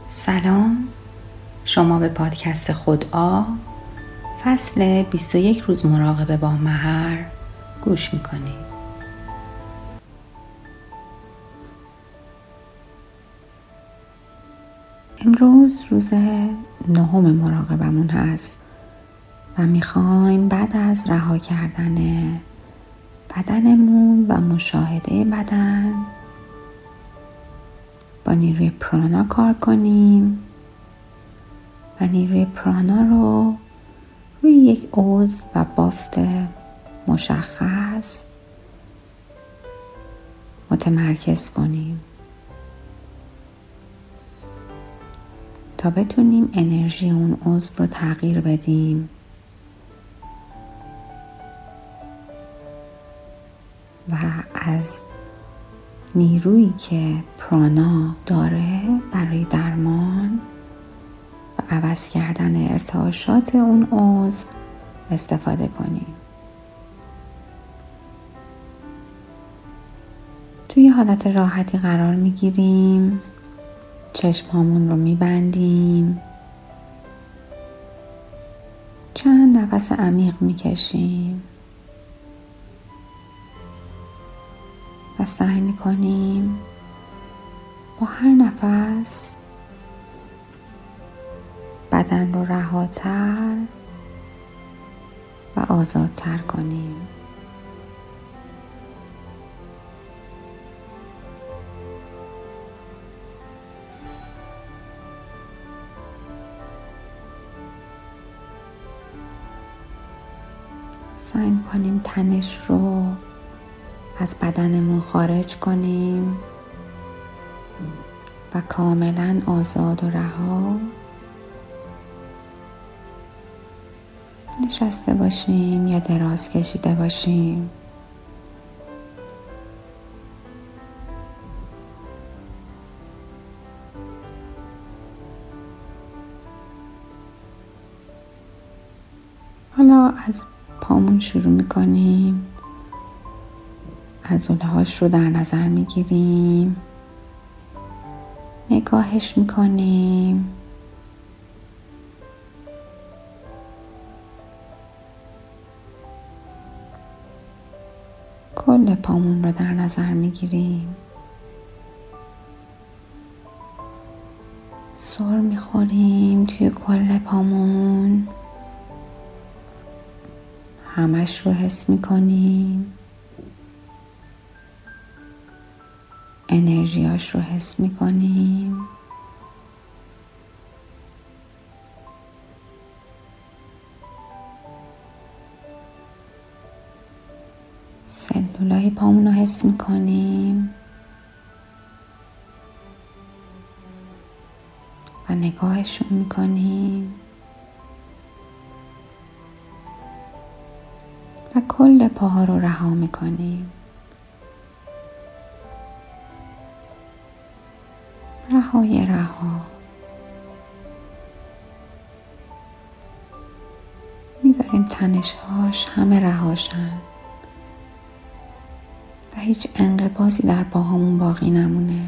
سلام، شما به پادکست خودآ فصل 21 روز مراقبه با مهر گوش میکنید. امروز روز 9 مراقبمون هست و میخوایم بعد از رها کردن بدنمون و مشاهده بدن با نیروی پرانا کار کنیم و نیروی پرانا رو روی یک عضو و بافت مشخص متمرکز کنیم تا بتونیم انرژی اون عضو رو تغییر بدیم و از نیرویی که پرانا داره برای درمان و عوض کردن ارتعاشات اون عضو استفاده کنیم. توی حالت راحتی قرار میگیریم، چشمامون رو میبندیم، چند نفس عمیق میکشیم و سعی میکنیم با هر نفس بدن رو رهاتر و آزادتر کنیم. سعی میکنیم تنش رو از بدنمون خارج کنیم و کاملا آزاد و رها نشسته باشیم یا دراز کشیده باشیم. حالا از پامون شروع میکنیم، عضله‌هاش رو در نظر میگیریم، نگاهش میکنیم، کل پامون رو در نظر میگیریم، سر میخوریم توی کل پامون، همش رو حس میکنیم، انرژیاش رو حس میکنیم، سلولای پامون رو حس میکنیم و نگاهشون میکنیم و کل پاها رو رها میکنیم. رهای رها میذاریم تنش‌هاش همه رهاشن و هیچ انقباضی در پاهامون باقی نمونه.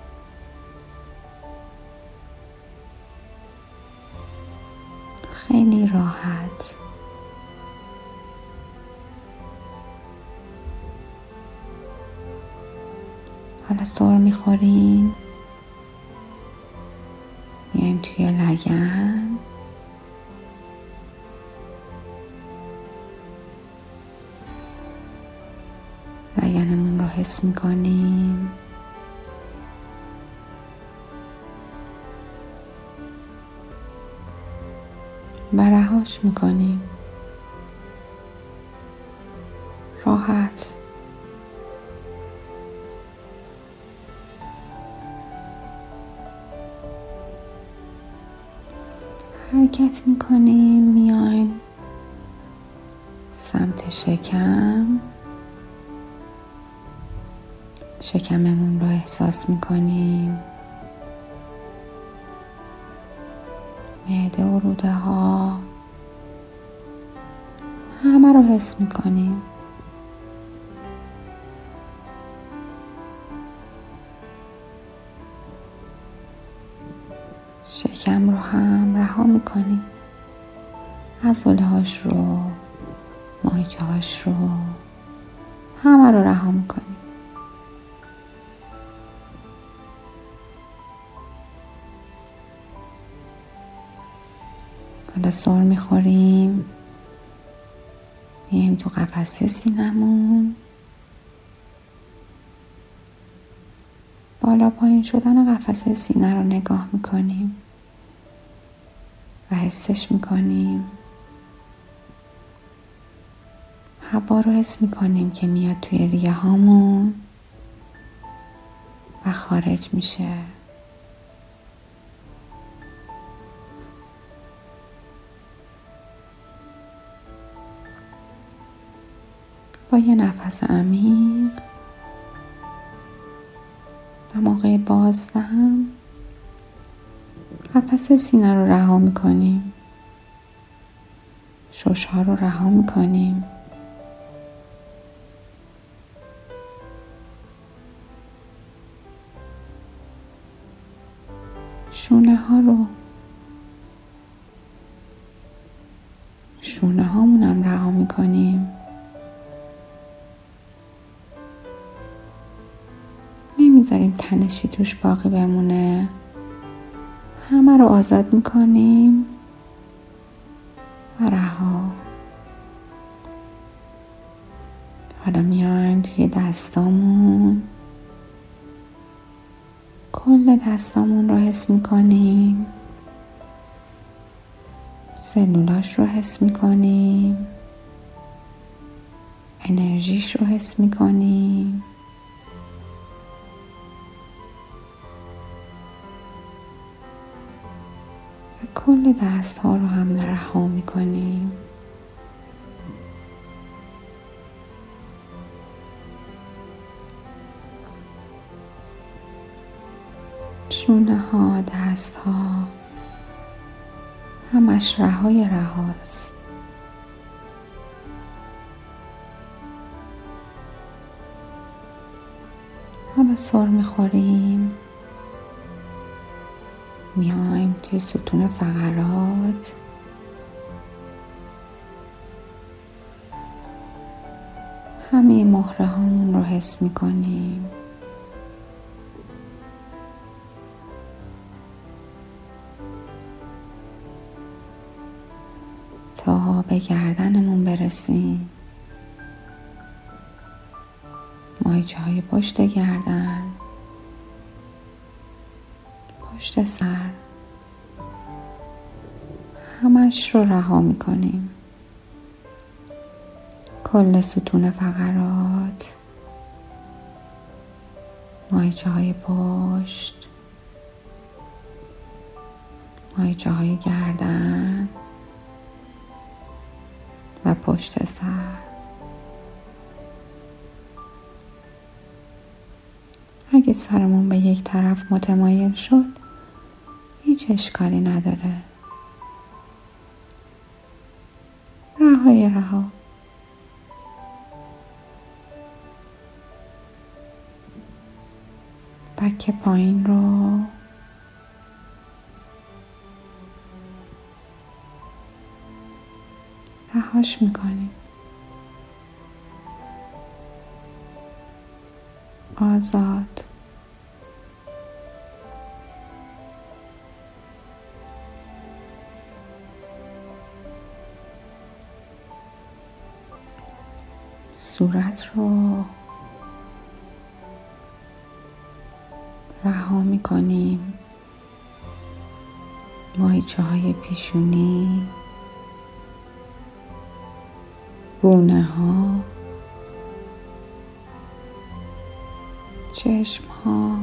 خیلی راحت حالا سر میخوریم، میایم توی لگن، لگنمون رو حس میکنیم، و رهاش میکنیم راحت. حرکت میکنیم، میایم سمت شکممون رو احساس میکنیم، معده و روده ها همه رو حس میکنیم. شکم رو هم رها میکنیم. عضله‌هاش رو، ماهیچه‌هاش رو، همه رو رها میکنیم. حالا سر میخوریم، میایم تو قفسه سینمون. بالا پایین شدن قفسه سینه رو نگاه میکنیم و حسش میکنیم. هوا رو حس میکنیم که میاد توی ریه هامون و خارج میشه. با یه نفس عمیق و موقع بازدم قفسه سینه رو رها میکنیم. شش‌ها رو رها میکنیم. شونه هامونم رها میکنیم. نمیذاریم تنشی توش باقی بمونه. همه رو آزاد میکنیم و رها. حالا میایم توی دستامون. کل دستامون رو حس میکنیم. سلولاش رو حس میکنیم. انرژیش رو حس میکنیم. و کل دست ها رو هم رها میکنیم. شونه ها، دست ها، همش رهای رهاست. حالا سر میخوریم. میایم توی ستون فقرات. همه مهره هامون رو حس میکنیم. تا به گردنمون برسیم. ماهیچه های پشت گردن، پشت سر، همش رو رها میکنیم. کل ستون فقرات، ماهیچه های پشت، ماهیچه های گردن و پشت سر. اگه سرمون به یک طرف متمایل شد هیچ اشکالی نداره. رها. بک پایین رو رهاش میکنیم. آزاد. صورت رو رها میکنیم. ماهیچه های پیشونی، گونه ها، چشم ها.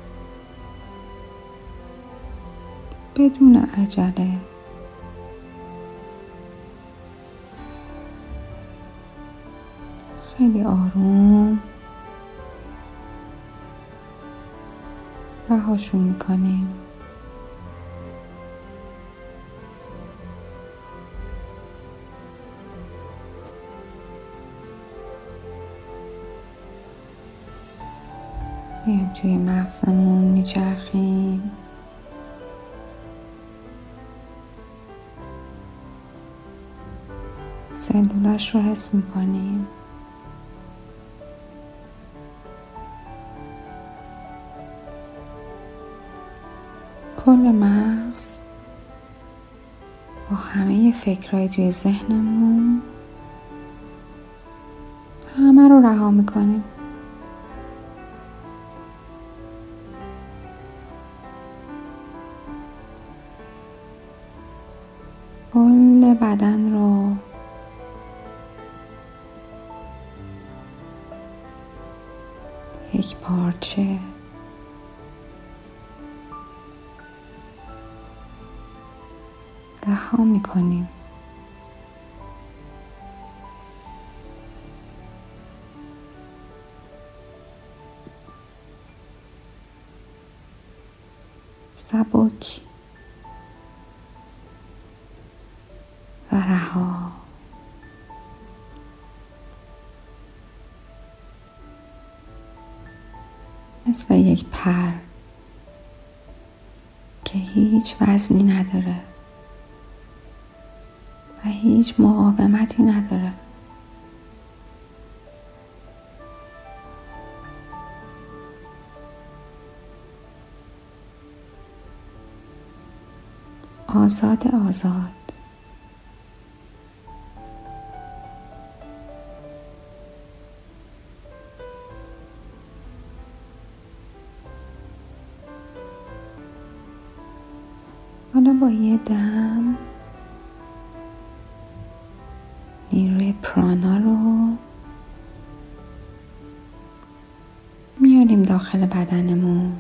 بدون عجله. خیلی آروم رهاشون میکنیم. میایم توی مغزمون میچرخیم. سلولاش رو حس میکنیم. کل مغز با همه فکرهای توی ذهنمون همه رو رها میکنیم. کل بدن رو یک پارچه رها میکنیم. سبک و رها. مثل یک پر که هیچ وزنی نداره و هیچ مقاومتی نداره. آزاد. حالا با یه دم نیروی پرانا رو میاریم داخل بدنمون.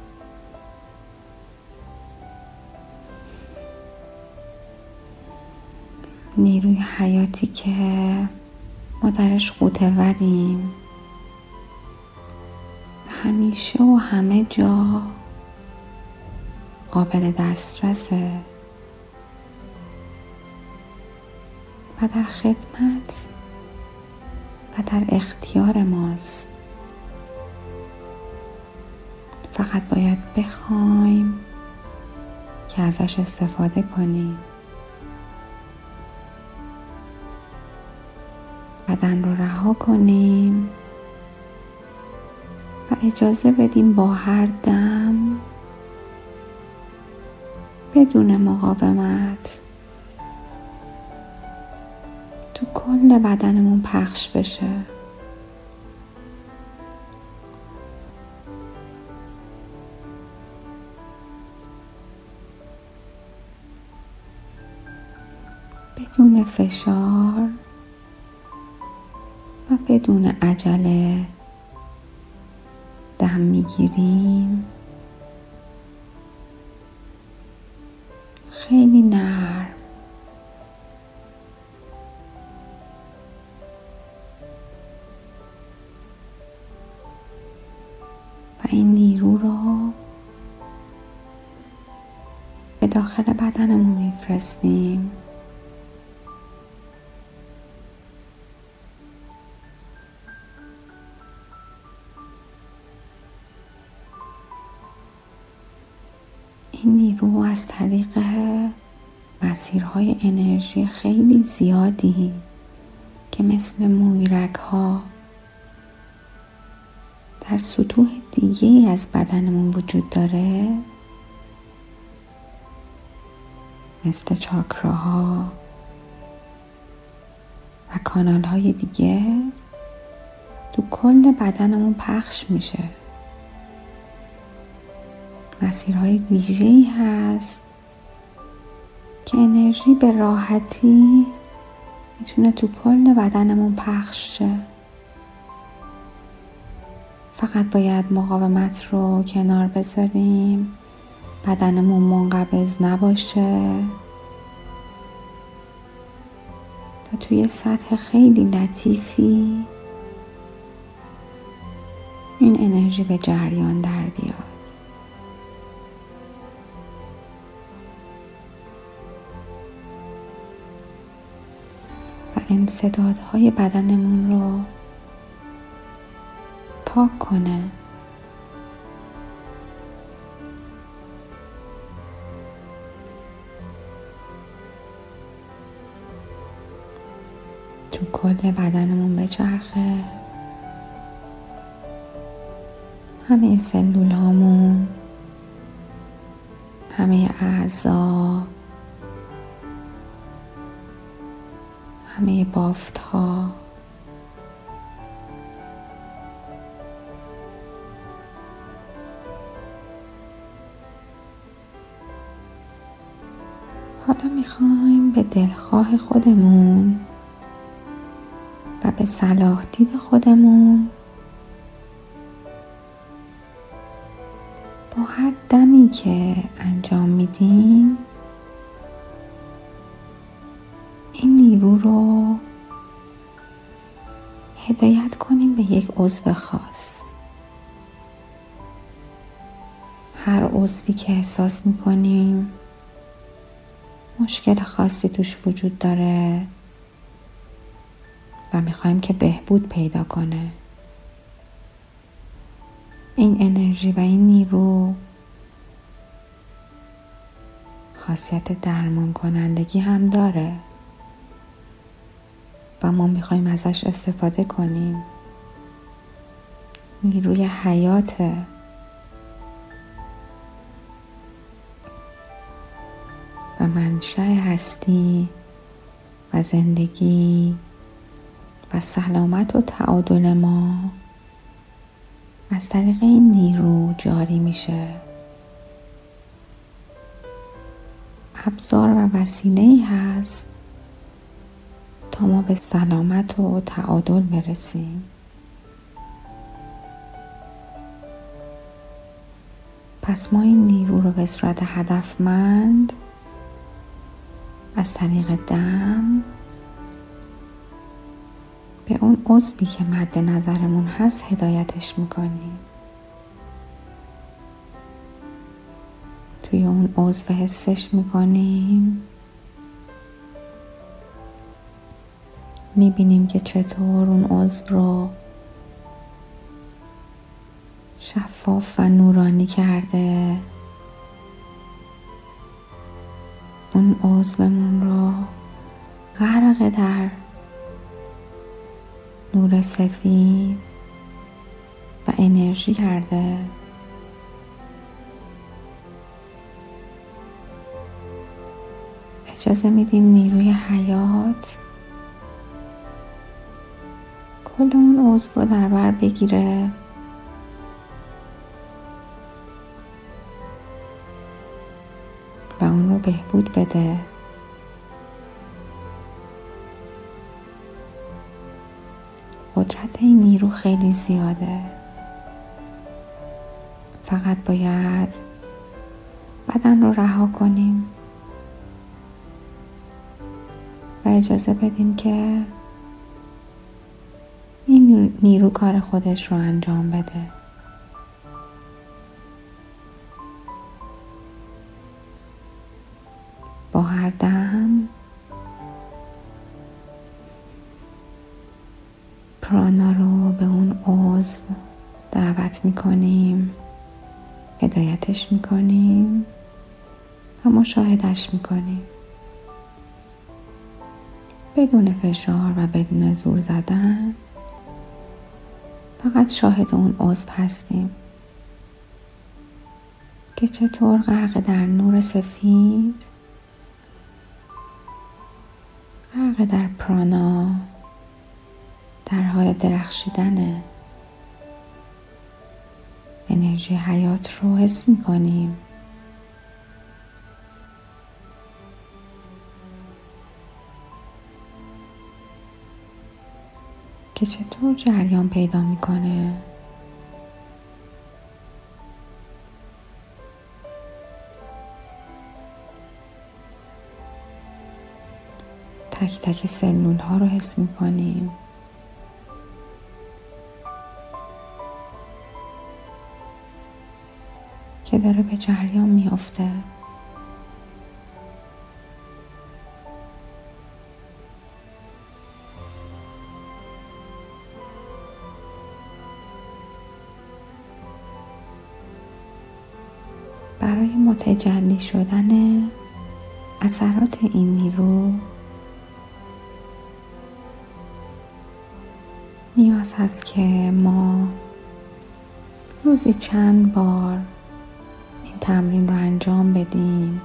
نیروی حیاتی که ما درش قوتوریم، همیشه و همه جا قابل دسترسه و در خدمت و در اختیار ماست. فقط باید بخوایم که ازش استفاده کنیم. بدن رو رها کنیم و اجازه بدیم با هر دم بدون مقاومت تو کل بدنمون پخش بشه. بدون فشار و بدون عجله دم میگیریم. خیلی نرم و این نیرو رو به داخل بدنمون میفرستیم. این نیرو از طریق مسیرهای انرژی خیلی زیادی که مثل مویرگ ها در سطوح دیگه‌ای از بدنمون وجود داره، مثل چاکراها و کانال های دیگه تو کل بدنمون پخش میشه. مسیرهای ویژه‌ای هست که انرژی به راحتی میتونه تو کل بدنمون پخش شه. فقط باید مقاومت رو کنار بذاریم، بدنمون منقبض نباشه تا توی سطح خیلی لطیفی این انرژی به جریان در بیاد. و انسدادهای بدنمون رو پاک کنه. تو کل بدنمون بچرخه. همه سلول هامون، همه اعضا، همه بافت ها، حالا میخوایم به دلخواه خودمون و به صلاح دید خودمون با هر دمی که انجام میدیم این نیرو رو هدایت کنیم به یک عضو خاص. هر عضوی که احساس میکنیم مشکل خاصی توش وجود داره و میخوایم که بهبود پیدا کنه، این انرژی و این نیرو خاصیت درمان کنندگی هم داره و ما میخوایم ازش استفاده کنیم. نیروی حیاته و منشأ هستی و زندگی و سلامت و تعادل ما از طریق این نیرو جاری میشه. ابزار و وسیله‌ای هست تا ما به سلامت و تعادل برسیم. پس ما این نیرو رو به صورت هدفمند از طریق دم به اون عضوی که مد نظرمون هست هدایتش میکنیم. توی اون عضو حسش میکنیم، میبینیم که چطور اون عضو رو شفاف و نورانی کرده. اون عضومون رو غرق در نور سفید و انرژی کرده. اجازه میدیم نیروی حیات کل اون عضو رو در بر بگیره و اون رو بهبود بده. قدرت این نیرو خیلی زیاده، فقط باید بدن رو رها کنیم و اجازه بدیم که این نیرو کار خودش رو انجام بده. با هر دم پرانا رو به اون عضو دعوت میکنیم، هدایتش میکنیم و مشاهدش میکنیم بدون فشار و بدون زور زدن. فقط شاهد اون عضو هستیم که چطور غرق در نور سفید، غرق در پرانا، در حال درخشیدن انرژی حیات رو حس می‌کنیم. که چطور جریان پیدا می‌کنه. تک تک سلول ها رو حس می‌کنیم. که داره به جریان میافته. برای متجلی شدن اثرات این نیرو نیاز هست که ما روزی چند بار این تمرین رو انجام بدیم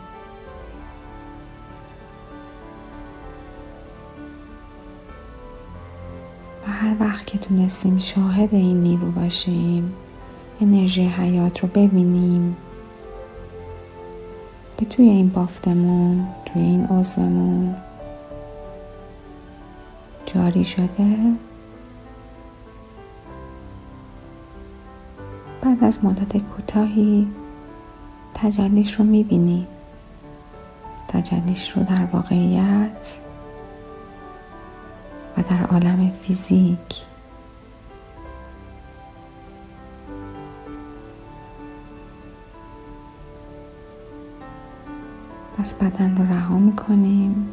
و هر وقت که تونستیم شاهد این نیرو باشیم، انرژی حیات رو ببینیم که توی این بافتمون، توی این عضومون جاری شده. بعد از مدت کوتاهی تجلیش رو میبینی، تجلیش رو در واقعیت و در عالم فیزیک. پس بدن رو رها میکنیم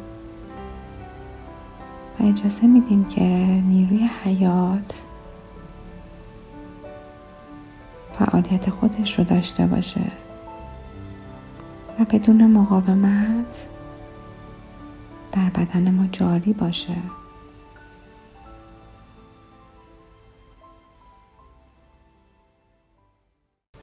و اجازه میدیم که نیروی حیات فعالیت خودش رو داشته باشه و بدون مقاومت در بدن ما جاری باشه.